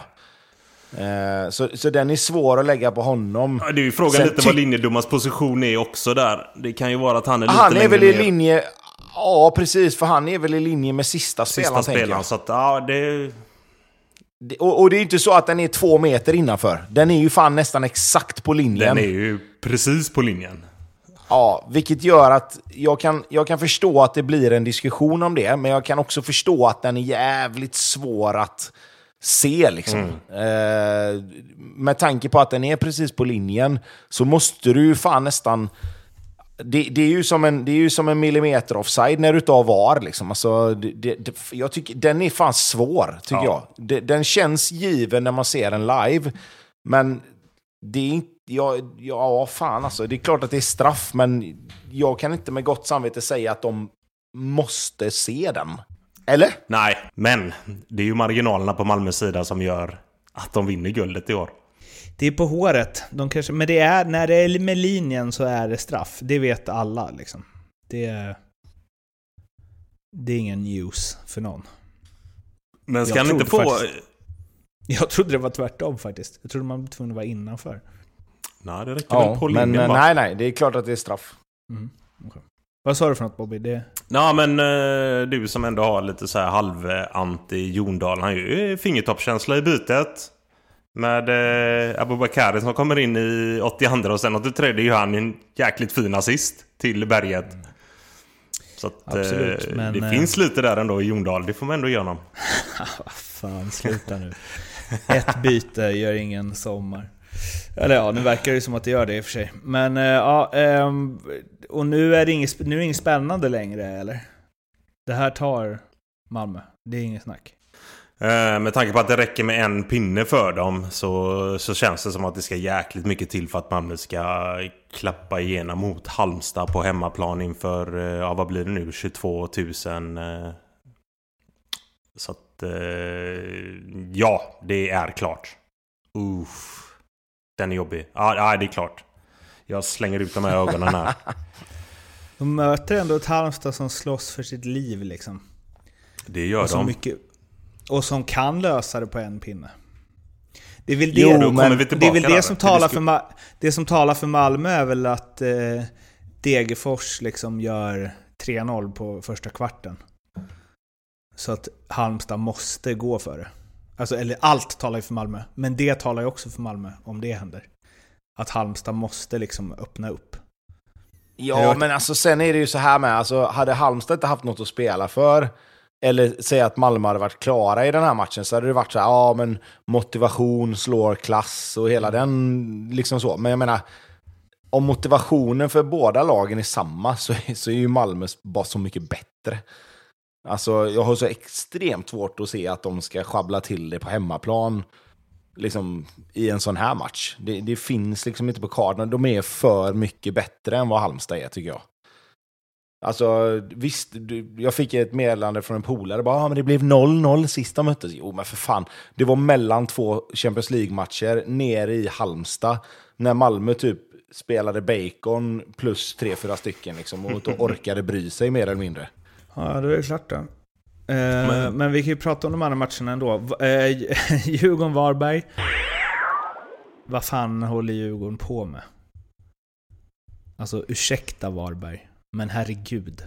Så, så den är svår att lägga på honom. Ja, det är ju frågan. Sen lite ty- vad linjedomars position är också där. Det kan ju vara att han är lite han är väl i ner. linje. Ja, precis, för han är väl i linje med sista, sista spelaren, spelaren, tänker jag. Så att, ja, det... Det, och, och det är inte så att den är två meter innanför. Den är ju fan nästan exakt på linjen. Den är ju precis på linjen. Ja, vilket gör att jag kan, jag kan förstå att det blir en diskussion om det, men jag kan också förstå att den är jävligt svår att se liksom. Mm. Eh, med tanke på att den är precis på linjen så måste du ju fan nästan... Det, det, är ju som en, det är ju som en millimeter offside när du tar var liksom. Alltså, det, det, jag tycker, den är fan svår, tycker ja. jag. Det, den känns given när man ser den live, men det är inte... Ja, ja, fan alltså. Det är klart att det är straff, men jag kan inte med gott samvete säga att de måste se den. Eller? Nej, men det är ju marginalerna på Malmös sida som gör att de vinner guldet i år. Det är på håret. De kanske, men det är, när det är med linjen så är det straff. Det vet alla liksom. Det är, det är ingen news för någon. Men ska han inte få... Faktiskt, jag trodde det var tvärtom faktiskt. Jag trodde man var tvungen att vara innanför. Nej, det räcker ja, väl på linjen, men va? nej, nej. Det är klart att det är straff. Mm, okay. Vad sa du för något, Bobby? Det... Ja, men uh, du som ändå har lite så här halv-anti Jondal, han har ju fingertoppskänsla i bytet. Med uh, Abubakari som kommer in i åttioandra och sen åttiotre, det är ju han en jäkligt fin assist till Berget. Mm. Så att, Absolut, uh, men, det uh... finns lite där ändå i Jondal, det får man ändå göra honom. Vad fan, sluta nu. Ett byte gör ingen sommar. Eller ja, nu verkar det som att det gör det i och för sig. Men äh, ja, äh, och nu är det inget, nu är det inget spännande längre, eller? Det här tar Malmö. Det är inget snack. Äh, med tanke på att det räcker med en pinne för dem så, så känns det som att det ska jäkligt mycket till för att Malmö ska klappa igenom mot Halmstad på hemmaplan inför, ja vad blir det nu, tjugotvå tusen. Äh, så att, äh, ja, det är klart. Uff. Den är jobbig. Ja, ja, det är klart. Jag slänger ut de här ögonen här. De möter ändå ett Halmstad som slåss för sitt liv liksom. Det gör och de. Mycket, och som kan lösa det på en pinne. Det är väl det, jo, men det, är väl det som talar för Ma- det som talar för Malmö är väl att eh, Degerfors liksom gör tre noll på första kvarten. Så att Halmstad måste gå för det. Alltså, eller allt talar ju för Malmö, men det talar ju också för Malmö om det händer. Att Halmstad måste liksom öppna upp. Ja, men alltså sen är det ju så här med, alltså hade Halmstad inte haft något att spela för, eller säga att Malmö hade varit klara i den här matchen, så hade det varit så här, ja men motivation slår klass och hela den liksom så. Men jag menar, om motivationen för båda lagen är samma så, så är ju Malmö bara så mycket bättre. Alltså, jag har så extremt svårt att se att de ska schabbla till det på hemmaplan liksom, i en sån här match. Det, det finns liksom inte på kartan. De är för mycket bättre än vad Halmstad är, tycker jag. Alltså, visst, jag fick ett meddelande från en polare. Bara, ah, men det blev noll noll sista mötet. Jo, men för fan. Det var mellan två Champions League-matcher nere i Halmstad. När Malmö typ spelade bacon plus tre, fyra stycken. Liksom, och då orkade bry sig mer eller mindre. Ja, det är klart då. Eh, men, men vi kan ju prata om de andra matcherna ändå. Eh, Djurgården-Varberg. Vad fan håller Djurgården på med? Alltså, ursäkta Varberg. Men herregud.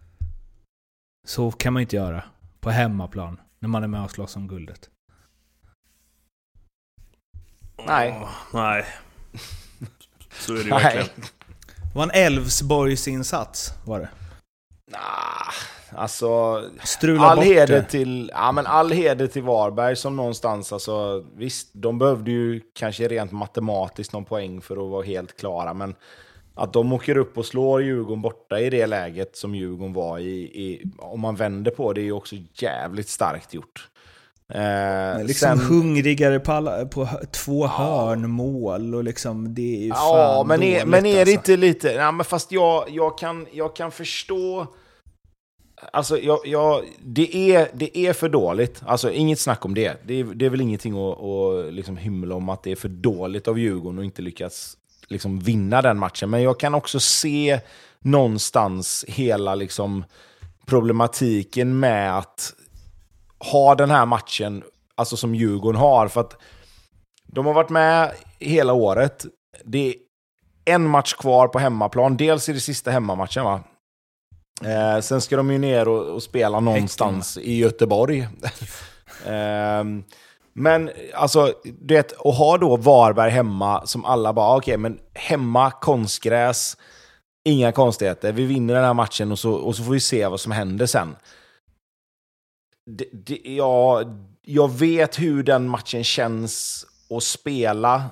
Så kan man inte göra på hemmaplan när man är med och slåss om guldet. Nej. Oh, nej. Så är det ju Nej. verkligen. Det var en Elfsborgs insats, var det? Nah, alltså... Strula all bort heder det. till, ja, men all heder till Varberg som någonstans, alltså, visst, de behövde ju kanske rent matematiskt någon poäng för att vara helt klara, men att de åker upp och slår Djurgården borta i det läget som Djurgården var i, i om man vänder på det, är ju också jävligt starkt gjort. Eh, liksom sen, hungrigare på, alla, på två hörnmål och liksom det är ju fan ja, men är, dåligt, men är det alltså. inte lite, ja, men fast jag, jag, kan, jag kan förstå. Alltså, jag, jag, det, är, det är för dåligt. Alltså, inget snack om det. Det är, det är väl ingenting att, att liksom hymla om att det är för dåligt av Djurgården och inte lyckas liksom vinna den matchen. Men jag kan också se någonstans hela liksom problematiken med att ha den här matchen, alltså som Djurgården har. För att de har varit med hela året. Det är en match kvar på hemmaplan. Dels i det sista hemmamatchen, va? Eh, sen ska de ju ner och, och spela någonstans Häcken. I Göteborg. eh, men alltså, du vet, att ha då Varberg hemma som alla bara, okej, okay, men hemma, konstgräs, inga konstigheter. Vi vinner den här matchen och så, och så får vi se vad som händer sen. Det, det, ja, jag vet hur den matchen känns att spela,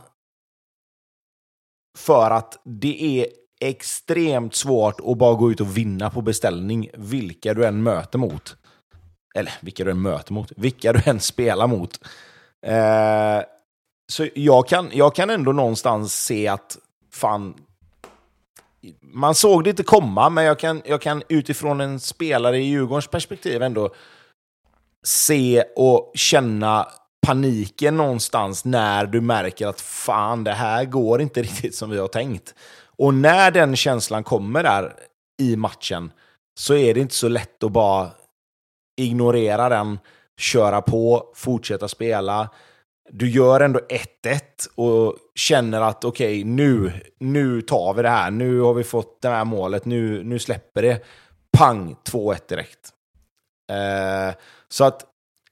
för att det är extremt svårt att bara gå ut och vinna på beställning vilka du än möter mot. Eller vilka du än möter mot. Vilka du än spelar mot. Eh, så jag kan, jag kan ändå någonstans se att fan, man såg det inte komma, men jag kan, jag kan utifrån en spelare i Djurgårdens perspektiv ändå se och känna paniken någonstans när du märker att fan, det här går inte riktigt som vi har tänkt. Och när den känslan kommer där i matchen så är det inte så lätt att bara ignorera den, köra på, fortsätta spela. Du gör ändå ett ett och känner att okej, okay, nu, nu tar vi det här. Nu har vi fått det här målet. Nu, nu släpper det. Pang, två ett direkt. Eh, så att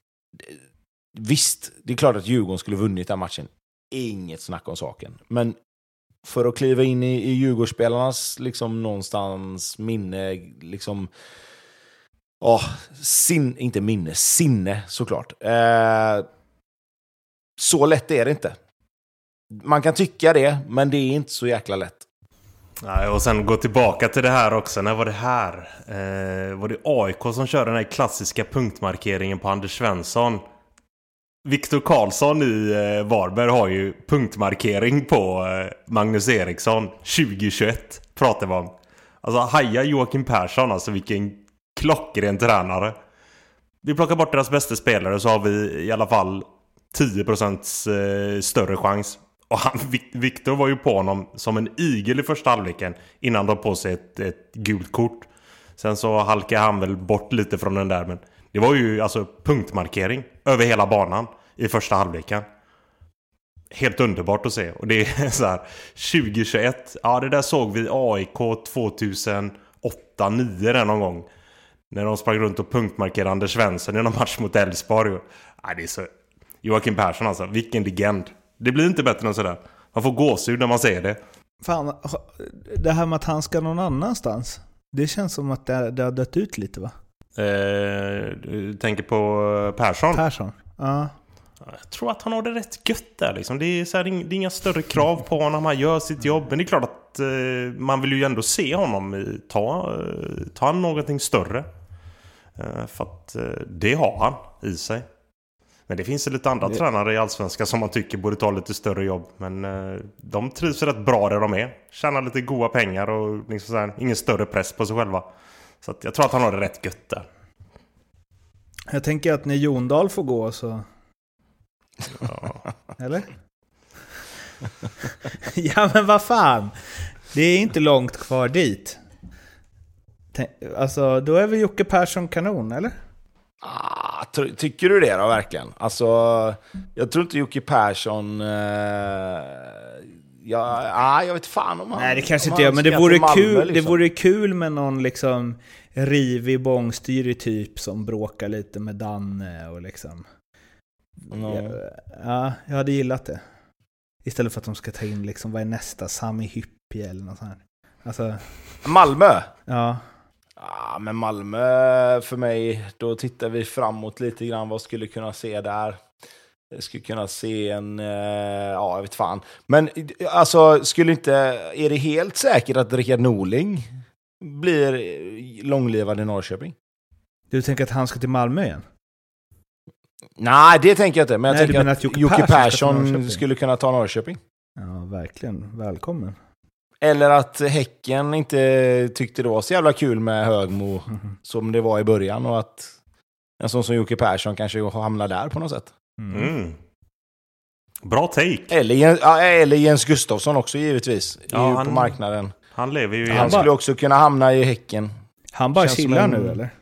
visst, det är klart att Djurgården skulle vunnit den matchen. Inget snack om saken. Men för att kliva in i, i Djurgårdsspelarnas liksom någonstans minne, liksom åh, sin, inte minne, sinne såklart. Eh, så lätt är det inte. Man kan tycka det, men det är inte så jäkla lätt. Nej, och sen gå tillbaka till det här också. När var det här? Eh, var det A I K som körde den här klassiska punktmarkeringen på Anders Svensson? Viktor Karlsson i eh, Varberg har ju punktmarkering på eh, Magnus Eriksson tjugohundratjugoett pratar vi om. Alltså haja Joakim Persson, alltså vilken klockren tränare. Vi plockar bort deras bästa spelare så har vi i alla fall tio procent eh, större chans. Och han, Viktor var ju på honom som en igel i första halvleken innan de på sig ett, ett gult kort. Sen så halkade han väl bort lite från den där, men det var ju alltså punktmarkering över hela banan i första halvleken. Helt underbart att se. Och det är så här tjugohundratjugoett. Ja, det där såg vi A I K tjugohundraåtta nio där någon gång. När de sprang runt och punktmarkerade Anders Svensson i någon match mot Elfsborg. Ja, det är så Joakim Persson alltså, vilken legend. Det blir inte bättre än sådär. Man får gåshud när man ser det. Fan, det här med att han ska någon annanstans. Det känns som att det, det har dött ut lite, va? Eh, du tänker på Persson? Persson, ja. Jag tror att han har det rätt gött där liksom. Det är, så här, det är inga större krav på honom. Han gör sitt jobb. Men det är klart att eh, man vill ju ändå se honom ta, eh, ta någonting större. Eh, för att eh, det har han i sig. Men det finns ju lite andra det... tränare i Allsvenskan som man tycker borde ta lite större jobb. Men eh, de trivs rätt bra där de är. Tjänar lite goda pengar och liksom så här, ingen större press på sig själva. Så att jag tror att han har det rätt gött där. Jag tänker att när Jon Dahl får gå så... Ja. Eller? Ja, men vad fan. Det är inte långt kvar dit. Alltså, då är väl Jocke Persson kanon, eller? Ah, ty- tycker du det då, verkligen? Alltså, jag tror inte Jocke Persson... Eh, ja, ah, jag vet fan om han... Nej, det kanske inte inte gör, men det vore, Malmö, kul, liksom. det vore kul med någon liksom rivig bångstyrig typ som bråkar lite med Danne och liksom... Mm. Ja, ja, jag hade gillat det. Istället för att de ska ta in liksom, vad är nästa? Sami Hyppie eller något sånt här. Alltså, Malmö? ja. Ja, men Malmö för mig, då tittar vi framåt lite grann. Vad skulle kunna se där? Jag skulle kunna se en... Ja, jag vet fan. Men alltså, skulle inte... Är det helt säkert att Rickard Norling blir långlivad i Norrköping? Du tänker att han ska till Malmö igen? Nej, det tänker jag inte. Men jag Nej, tänker att, att Jocke, Jocke Persson, Persson skulle kunna ta Norrköping. Ja, verkligen. Välkommen. Eller att Häcken inte tyckte det var så jävla kul med Högmo mm. som det var i början. Och att en sån som Jocke Persson kanske hamnar där på något sätt. Mm. Mm. Bra take. Eller, eller Jens Gustafsson också givetvis. Ja, han, på marknaden. Han lever ju. Han Han skulle bara, också kunna hamna i Häcken. Han bara chillar en, nu eller?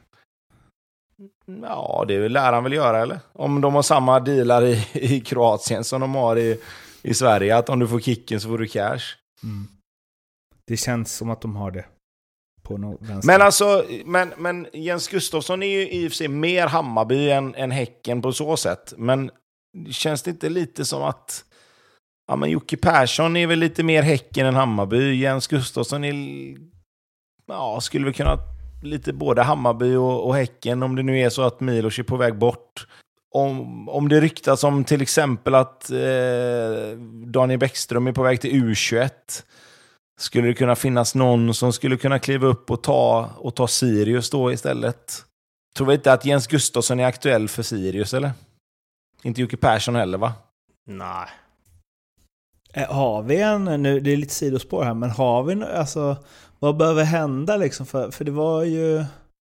Ja, det lär han väl göra eller? Om de har samma dealar i, i Kroatien som de har i, i Sverige. Att om du får kicken så får du cash. Mm. Det känns som att de har det på no- vänster. Men alltså, men, men Jens Gustafsson är ju i och för sig mer Hammarby än, än Häcken på så sätt. Men känns det inte lite som att ja, men Jocke Persson är väl lite mer Häcken än Hammarby. Jens Gustafsson är, ja, skulle väl kunna lite både Hammarby och, och Häcken om det nu är så att Milos är på väg bort. Om, om det ryktas om till exempel att eh, Daniel Bäckström är på väg till U tjugoett. Skulle det kunna finnas någon som skulle kunna kliva upp och ta, och ta Sirius då istället? Tror vi inte att Jens Gustafsson är aktuell för Sirius, eller? Inte Jocke Persson heller, va? Nej. Har vi en, nu det är lite sidospår här, men har vi, alltså, vad behöver hända liksom? För, för det var ju...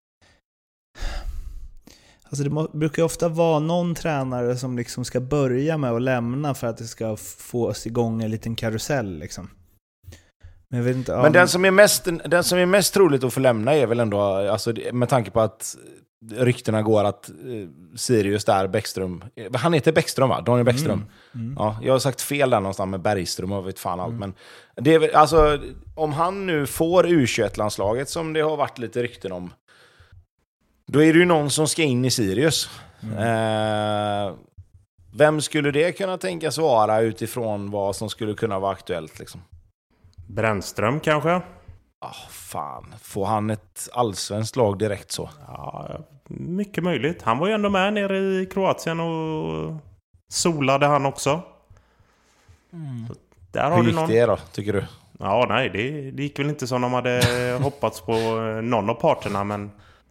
Alltså det må, brukar ju ofta vara någon tränare som liksom ska börja med att lämna för att det ska få oss igång en liten karusell liksom. Men, jag vet inte, men den, som är mest, den som är mest troligt att få lämna är väl ändå, alltså, med tanke på att ryktena går att eh, Sirius där, Bäckström, han heter Bäckström va? Daniel Bäckström. Mm. Mm. Ja, jag har sagt fel där någonstans med Bergström och vet fan allt. Mm. Men det är väl, alltså, om han nu får U tjugoett-landslaget som det har varit lite rykten om, då är det ju någon som ska in i Sirius. Mm. Eh, vem skulle det kunna tänkas vara utifrån vad som skulle kunna vara aktuellt liksom? Brännström kanske? Oh, fan. Får han ett allsvenskt lag direkt så? Ja, mycket möjligt. Han var ju ändå med nere i Kroatien och solade han också. Mm. Där har Hur du gick någon... det då, tycker du? Ja, nej, det, det gick väl inte som de hade hoppats på någon av parterna, men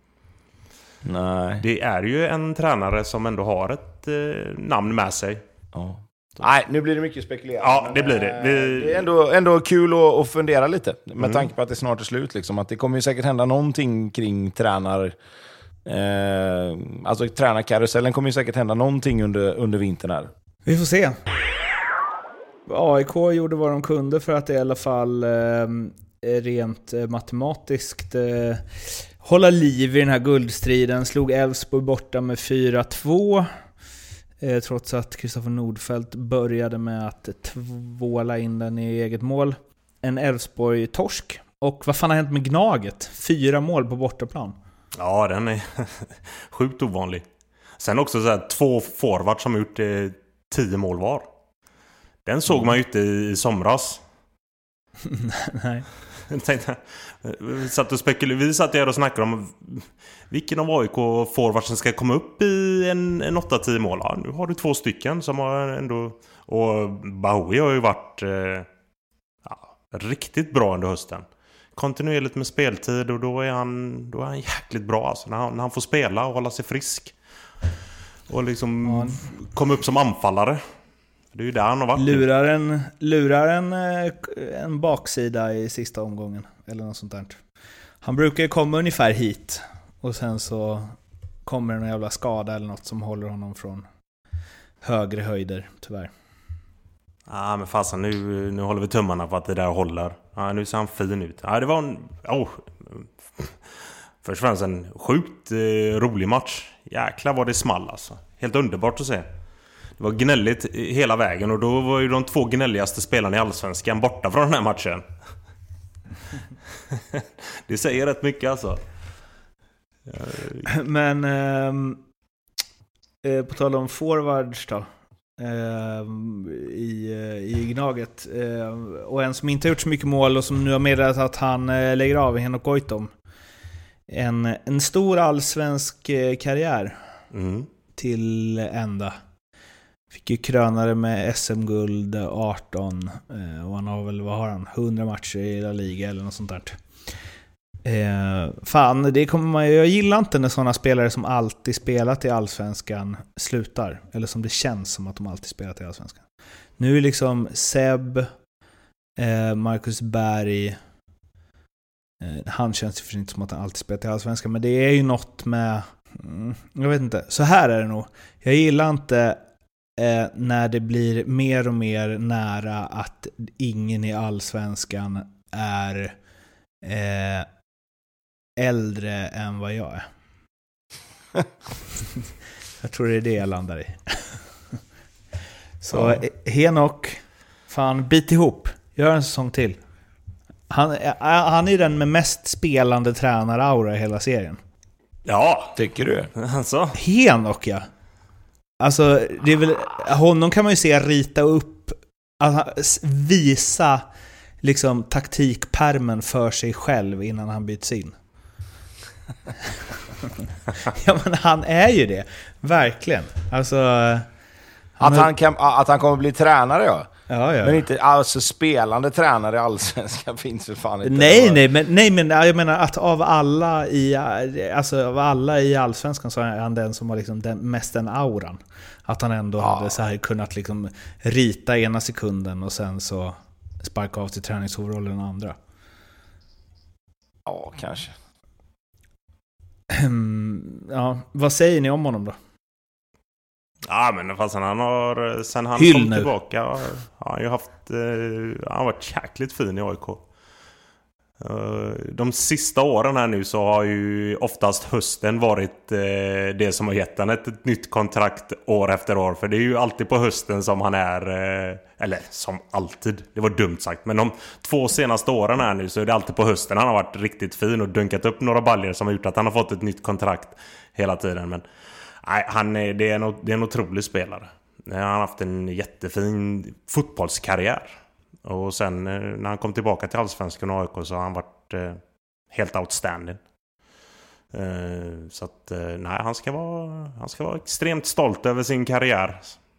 nej. Det är ju en tränare som ändå har ett eh, namn med sig. Ja. Nej, nu blir det mycket spekulerat. Ja, det blir det. Vi... Det är ändå, ändå kul att, att fundera lite. Med mm. tanke på att det snart är slut. Liksom. Att det kommer ju säkert hända någonting kring tränar... Eh, alltså tränarkarusellen kommer ju säkert hända någonting under, under vintern här. Vi får se. A I K gjorde vad de kunde för att i alla fall eh, rent eh, matematiskt eh, hålla liv i den här guldstriden. Slog Elfsborg borta med fyra två. Eh, trots att Kristoffer Nordfeldt började med att tvåla in den i eget mål. En Elfsborg-torsk. Och vad fan har hänt med Gnaget? Fyra mål på bortaplan. Ja, den är sjukt ovanlig. Sen också så här, två forward som har gjort eh, tio mål var. Den såg mm. man ju inte i somras. Nej. Jag tänkte, vi satt och spekulerade, vi satt där och snackade om vilken av A I K-forwardsen ska komma upp i en, en åtta tio mål. Ja, nu har du två stycken som har ändå... Och Bahoui har ju varit eh, ja, riktigt bra under hösten. Kontinuerligt med speltid och då är han, då är han jäkligt bra alltså, när, han, när han får spela och hålla sig frisk. Och liksom ja. komma upp som anfallare. Det är ju där han har varit. Lurar en, lurar en, en baksida i sista omgången. Eller något sånt där. Han brukar komma ungefär hit. Och sen så kommer en jävla skada eller något som håller honom från högre höjder, tyvärr. Ja, men fasen, nu, nu håller vi tummarna på att det där håller. Ja, nu ser han fin ut. Ja, det var en... Oh, först och främst en sjukt eh, rolig match. Jäklar vad det small alltså. Helt underbart att se. Det var gnälligt hela vägen och då var ju de två gnälligaste spelarna i Allsvenskan borta från den här matchen. Det säger rätt mycket alltså. Men eh, på tal om forwards då. eh, i, i Gnaget. Eh, och en som inte har gjort så mycket mål och som nu har meddelat att han eh, lägger av, Henok Goitom. En, en stor allsvensk eh, karriär Mm. till ända. Fick ju krönare med S M-guld arton eh, och han har väl, vad har han, hundra matcher i La Liga eller något sånt där. Eh, fan, det kommer man, jag gillar inte när sådana spelare som alltid spelat i Allsvenskan slutar. Eller som det känns som att de alltid spelat i Allsvenskan. Nu är liksom Seb, eh, Marcus Berg, eh, han känns ju för inte som att han alltid spelat i Allsvenskan. Men det är ju något med, mm, jag vet inte, så här är det nog. Jag gillar inte eh, när det blir mer och mer nära att ingen i Allsvenskan är eh, äldre än vad jag är. Jag tror det är det jag landar i. Så ja. Henok, fan, bit ihop. Gör en säsong till. Han, han är den med mest spelande tränaraura i hela serien. Ja, tycker du? Alltså. Henok, ja. Alltså, det är väl, honom kan man ju se rita upp, alltså, visa liksom taktikpermen för sig själv innan han byts in. Ja, men han är ju det. Verkligen. Alltså, han att, har... han kan, att han kommer bli tränare, ja. Ja, ja. Men inte alltså spelande tränare i Allsvenskan finns för fan inte. Nej, nej, men, nej, men jag menar att av alla i, alltså, av alla i Allsvenskan så är han den som har liksom den, mest den auran. Att han ändå ja. hade så här kunnat liksom rita ena sekunden och sen så sparka av till träningsoverallen den andra. Ja, kanske. Ja, vad säger ni om honom då? Ja, men fast han har sen han Hyll kom nu. tillbaka har han ju haft eh, han har varit jäkligt fin i A I K. De sista åren här nu så har ju oftast hösten varit eh, det som har gett han ett, ett nytt kontrakt år efter år. För det är ju alltid på hösten som han är, eh, eller som alltid, det var dumt sagt. Men de två senaste åren här nu så är det alltid på hösten han har varit riktigt fin och dunkat upp några baljer som har gjort att han har fått ett nytt kontrakt hela tiden. Men nej, han är, det, är en, det är en otrolig spelare. Han har haft en jättefin fotbollskarriär. Och sen när han kom tillbaka till Allsvenskan och A I K så har han varit eh, helt outstanding. Eh, så att eh, nej, han ska vara han ska vara extremt stolt över sin karriär.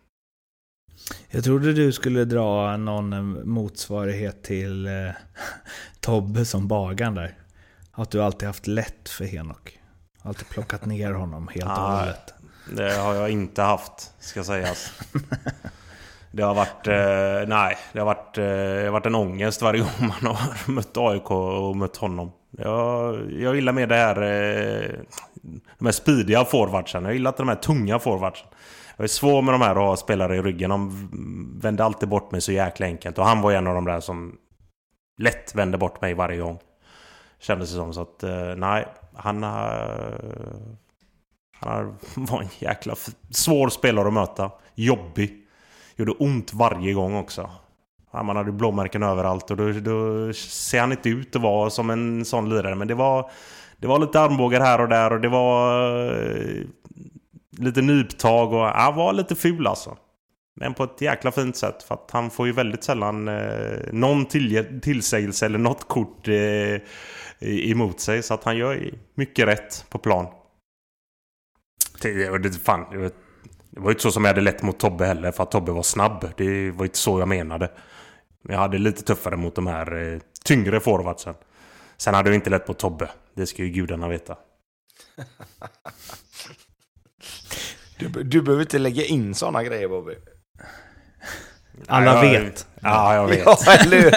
Jag trodde du skulle dra någon motsvarighet till eh, Tobbe som Bagan där. Att du alltid haft lätt för Henok. Alltid plockat ner honom helt och hållet. Det har jag inte haft, ska sägas. Det har varit eh, nej, det har varit eh, det har varit en ångest varje gång man har mött A I K och mött honom. Jag jag gillar med det här eh, de här speediga forwardsen. Jag gillar inte de här tunga forwardsen. Jag är svår med de här att ha spelare i ryggen. De vände alltid bort mig så jäkla enkelt och han var en av de där som lätt vände bort mig varje gång. Kändes det som så att eh, nej, han har han har var en jäkla svår spelare att möta. Jobbig. Gjorde ont varje gång också. Ja, man hade blåmärken överallt och då, då ser han inte ut att vara som en sån lirare. Men det var, det var lite armbågar här och där och det var eh, lite nyptag och han var lite ful alltså. Men på ett jäkla fint sätt för att han får ju väldigt sällan eh, någon till, tillsägelse eller något kort eh, emot sig. Så att han gör mycket rätt på plan. Det, det, fan, det, det var ju inte så som jag hade lätt mot Tobbe heller för att Tobbe var snabb. Det var inte så jag menade. Men jag hade lite tuffare mot de här eh, tyngre forwardsen. Sen hade jag inte lätt på Tobbe. Det ska ju gudarna veta. Du, du behöver inte lägga in såna grejer, Bobby. Alla ja, jag, vet. Ja, jag vet. Ja, eller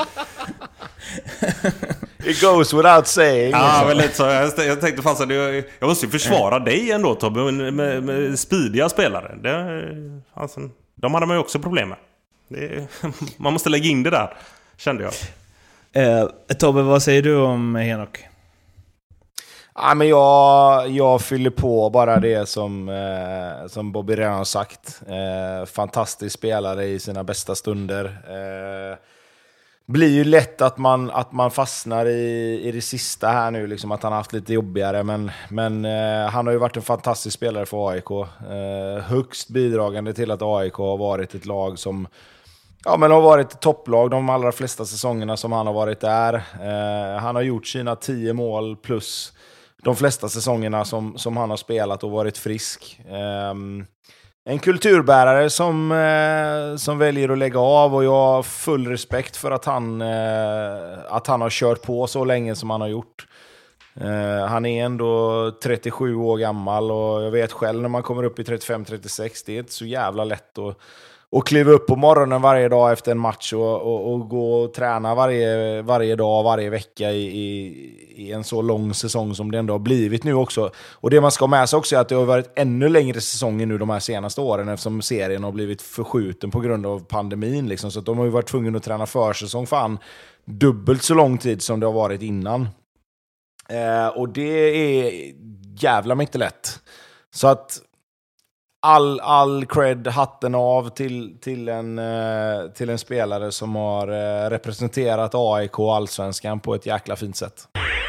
It goes without saying. Ja, men lite så. Jag, jag tänkte fast att jag, jag måste ju försvara dig ändå, Tobbe, med, med, med speediga spelare. Det, alltså, de hade man ju också problem med. Det, man måste lägga in det där, kände jag. Eh, Tobbe, vad säger du om Henok? Ja, men jag, jag fyller på bara det som, eh, som Bobby redan har sagt. Eh, fantastisk spelare i sina bästa stunder. Eh, blir ju lätt att man, att man fastnar i, i det sista här nu, liksom att han har haft lite jobbigare, men, men eh, han har ju varit en fantastisk spelare för A I K. Eh, högst bidragande till att A I K har varit ett lag som ja, men har varit ett topplag de allra flesta säsongerna som han har varit där. Eh, han har gjort sina tio mål plus de flesta säsongerna som, som han har spelat och varit frisk. Eh, En kulturbärare som, eh, som väljer att lägga av, och jag har full respekt för att han, eh, att han har kört på så länge som han har gjort. Eh, han är ändå trettiosju år gammal, och jag vet själv när man kommer upp i trettiofem trettiosex, det är inte så jävla lätt att, att kliva upp på morgonen varje dag efter en match och, och, och gå och träna varje, varje dag, varje vecka i, i, i en så lång säsong som det ändå har blivit nu också. Och det man ska ha med sig också är att det har varit ännu längre säsonger nu de här senaste åren, eftersom serien har blivit förskjuten på grund av pandemin. Liksom. Så att de har ju varit tvungna att träna försäsong fan dubbelt så lång tid som det har varit innan. Eh, och det är jävla inte lätt. Så att All, all cred, hatten av till, till, en, eh, till en spelare som har eh, representerat A I K och Allsvenskan på ett jäkla fint sätt.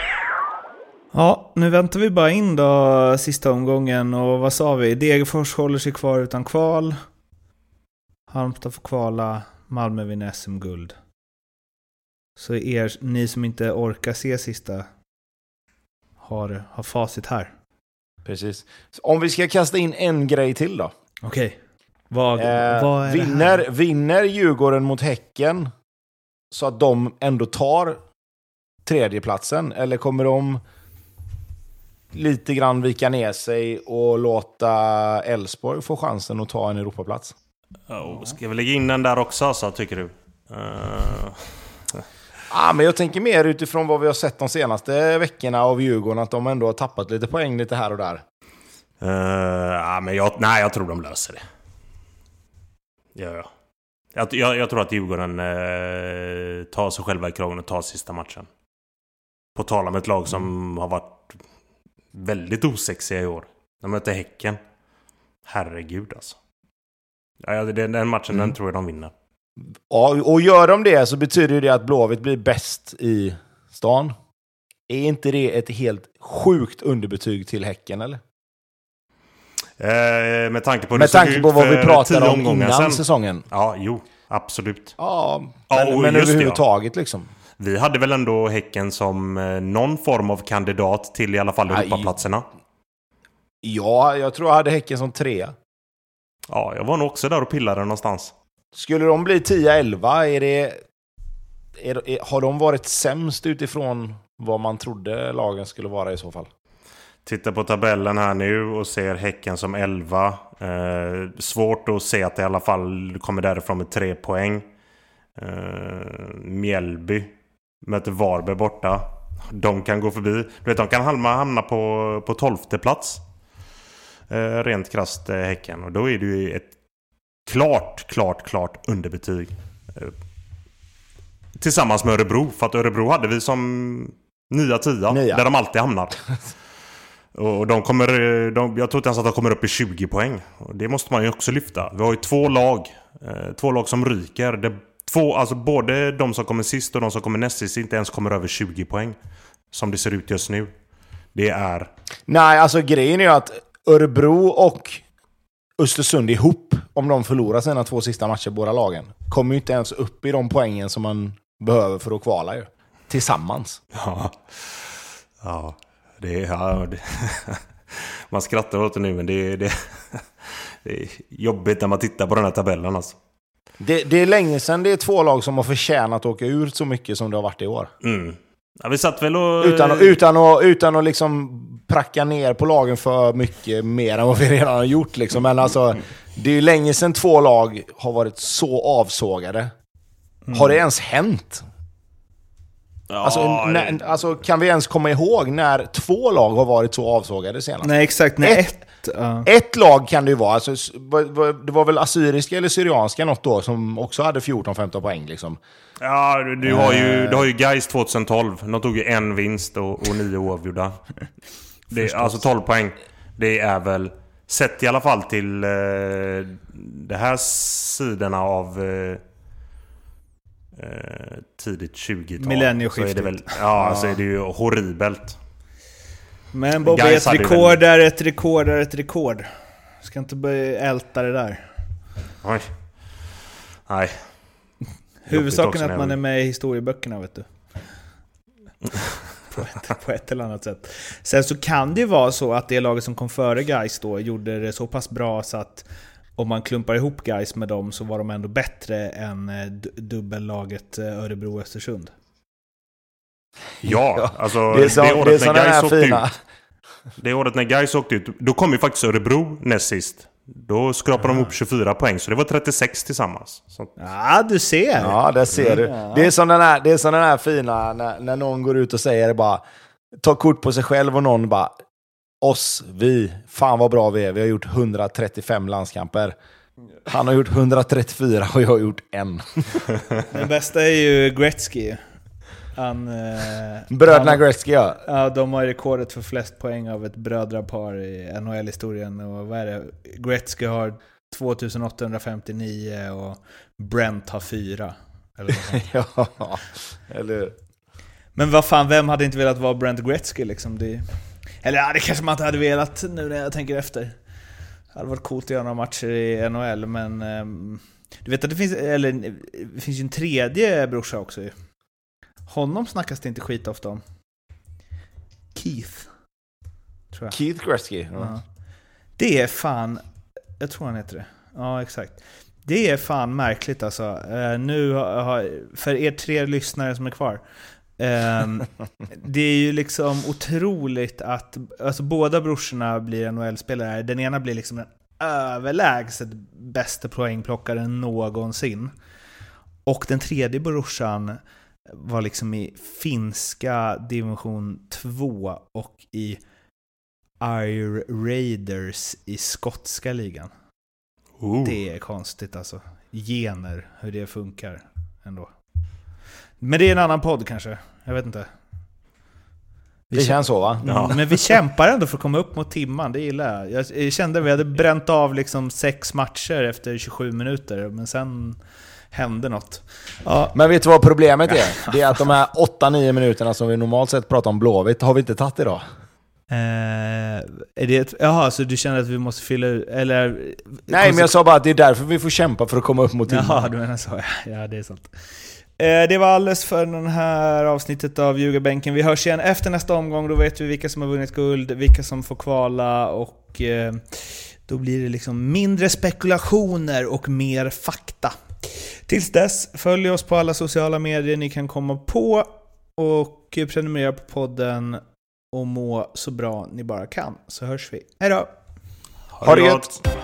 Ja, nu väntar vi bara in då sista omgången, och vad sa vi? Degerfors håller sig kvar utan kval. Halmstad får kvala, Malmö vinner S M-guld. Så er, ni som inte orkar se sista har, har facit här. Precis. Så om vi ska kasta in en grej till då. Okej. Okay. Vad, eh, vad är vinner, det här? Vinner Djurgården mot Häcken så att de ändå tar tredjeplatsen, eller kommer de lite grann vika ner sig och låta Elfsborg få chansen att ta en Europaplats? Oh, ska vi lägga in den där också, så tycker du? Uh... Ah, men jag tänker mer utifrån vad vi har sett de senaste veckorna av Djurgården, att de ändå har tappat lite poäng lite här och där. Uh, ja, men jag, nej, jag tror de löser det. Ja, ja. Jag, jag, jag tror att Djurgården uh, tar sig själva i kragen och tar sista matchen. På tal om ett lag som mm. har varit väldigt osexiga i år. De möter Häcken. Herregud alltså. Ja, den, den matchen mm. den tror jag de vinner. Ja, och gör de det så betyder det att Blåvitt blir bäst i stan. Är inte det ett helt sjukt underbetyg till Häcken, eller? Eh, med tanke på, med tanke på vad vi pratade om innan sen. säsongen. Ja, jo, absolut. Ja, ja men, men överhuvudtaget ja. liksom. Vi hade väl ändå Häcken som eh, någon form av kandidat till i alla fall Europaplatserna. Ja, jag tror jag hade Häcken som tre. Ja, jag var nog också där och pillade någonstans. Skulle de bli tio elva, är det, är, är, har de varit sämst utifrån vad man trodde lagen skulle vara i så fall? Tittar på tabellen här nu och ser Häcken som elva. Eh, svårt att se att det i alla fall kommer därifrån med tre poäng. Eh, Mjällby möter Varberg borta. De kan gå förbi. Du vet, de kan hamna, hamna på, på tolfte plats. Eh, rent krasst eh, Häcken. Och då är det ju ett klart, klart, klart underbetyg. Eh, tillsammans med Örebro. För att Örebro hade vi som nya tia. Nya. Där de alltid hamnar. Och de kommer, de, jag tror inte ens att de kommer upp i tjugo poäng. Och det måste man ju också lyfta. Vi har ju två lag. Eh, två lag som ryker. Det, två, alltså både de som kommer sist och de som kommer näst sist inte ens kommer över tjugo poäng. Som det ser ut just nu. Det är... Nej, alltså grejen är ju att Örebro och Östersund ihop, om de förlorar sina två sista matcher, båda lagen, kommer ju inte ens upp i de poängen som man behöver för att kvala ju. Tillsammans. Ja. Ja. Det är, ja, det, man skrattar åt det nu, men det, det, det är jobbigt när man tittar på den här tabellen alltså. det, det är länge sedan det är två lag som har förtjänat att åka ur så mycket som det har varit i år. Mm. Ja, vi satt väl och... Utan, utan, att, utan att liksom pracka ner på lagen för mycket mer än vad vi redan har gjort. Liksom. Men alltså, det är länge sedan två lag har varit så avsågade. Mm. Har det ens hänt? Ja, alltså, det... när, alltså kan vi ens komma ihåg när två lag har varit så avsågade senast? Nej, exakt. Nej, ett, ett, uh. ett lag kan det ju vara. Alltså, det var väl assyriska eller syrianska något då som också hade fjorton femton poäng liksom. Ja, du har ju, du har ju Gais tjugohundratolv. De tog ju en vinst och, och nio oavgjorda. Det, alltså tolv poäng. Det är väl, sett i alla fall till eh, det här sidorna av... Eh, eh, tidigt tjugotal. Millennieskiftet. Så är det väl, ja, så är det ju horribelt. Men Bobby, Guys ett hade rekord väl- är ett rekord är ett rekord. Ska inte börja älta det där. Oj. Nej. Huvudsaken är också att man när är jag- med i historieböckerna, vet du. på, ett, på ett eller annat sätt. Sen så kan det ju vara så att det laget som kom före Gais då gjorde det så pass bra så att om man klumpar ihop Gais med dem så var de ändå bättre än eh, d- dubbellaget eh, Örebro och Östersund. Ja, alltså Det är, så, det det är året när sådana Gais här åkte fina... ut. Det året när Gais åkte ut, då kom ju faktiskt Örebro näst sist. Då skrapade de ihop tjugofyra poäng, så det var trettiosex tillsammans. Så, Ja, du ser. Ja, där ser du. Ja. Det är som den här, det är som den här fina, när, när någon går ut och säger bara, ta kort på sig själv och någon bara, oss, vi, fan vad bra vi är, vi har gjort hundratrettiofem landskamper. Han har gjort hundratrettiofyra och jag har gjort en. Den bästa är ju Gretzky. Han, eh, Bröderna han- Gretzky, ja. Ja, de har rekordet för flest poäng av ett brödrapar i N H L-historien. Och vad är det? Gretzky har tvåtusenåttahundrafemtionio och Brent har fyra. Eller något sånt. Ja, eller hur? Men vad fan, vem hade inte velat vara Brent Gretzky liksom? Det, eller ja, det kanske man inte hade velat nu när jag tänker efter. Det hade varit coolt att göra några matcher i N H L, men ehm, du vet att det finns, eller, det finns ju en tredje brorsa också ju. Honom snackas det inte skit ofta om. Keith, tror jag. Keith Gretzky. Ja. Ja. Det är fan, jag tror han heter det. Ja, exakt. Det är fan märkligt alltså. Uh, nu har, för er tre lyssnare som är kvar. Um, det är ju liksom otroligt att alltså, båda brorsorna blir N H L-spelare. Den ena blir liksom den överlägset bästa poängplockaren någonsin. Och den tredje brorsan var liksom i finska division två och i Ire Raiders i skotska ligan. oh. Det är konstigt alltså. Gener, hur det funkar ändå. Men det är en annan podd kanske. Jag vet inte. Vi Det känns så, va? Mm, Ja. Men vi kämpar ändå för att komma upp mot timman. Det gillar jag. Jag kände att vi hade bränt av liksom sex matcher efter tjugosju minuter. Men sen hände något. Ja, Men vet du vad problemet är? Det är att de här åtta nio minuterna som vi normalt sett pratar om Blåvitt har vi inte tagit idag. Eh, är det ett, jaha, så du känner att vi måste fylla ut, eller? Nej, men jag sa bara att det är därför vi får kämpa för att komma upp mot timmen. Jaha, du menar så. Ja, det är sant. Eh, det var alldeles för den här avsnittet av Ljugarbänken. Vi hörs igen efter nästa omgång. Då vet vi vilka som har vunnit guld, vilka som får kvala, och eh, då blir det liksom mindre spekulationer och mer fakta. Tills dess, följ oss på alla sociala medier ni kan komma på och prenumerera på podden och må så bra ni bara kan. Så hörs vi. Hej då! Ha det gött!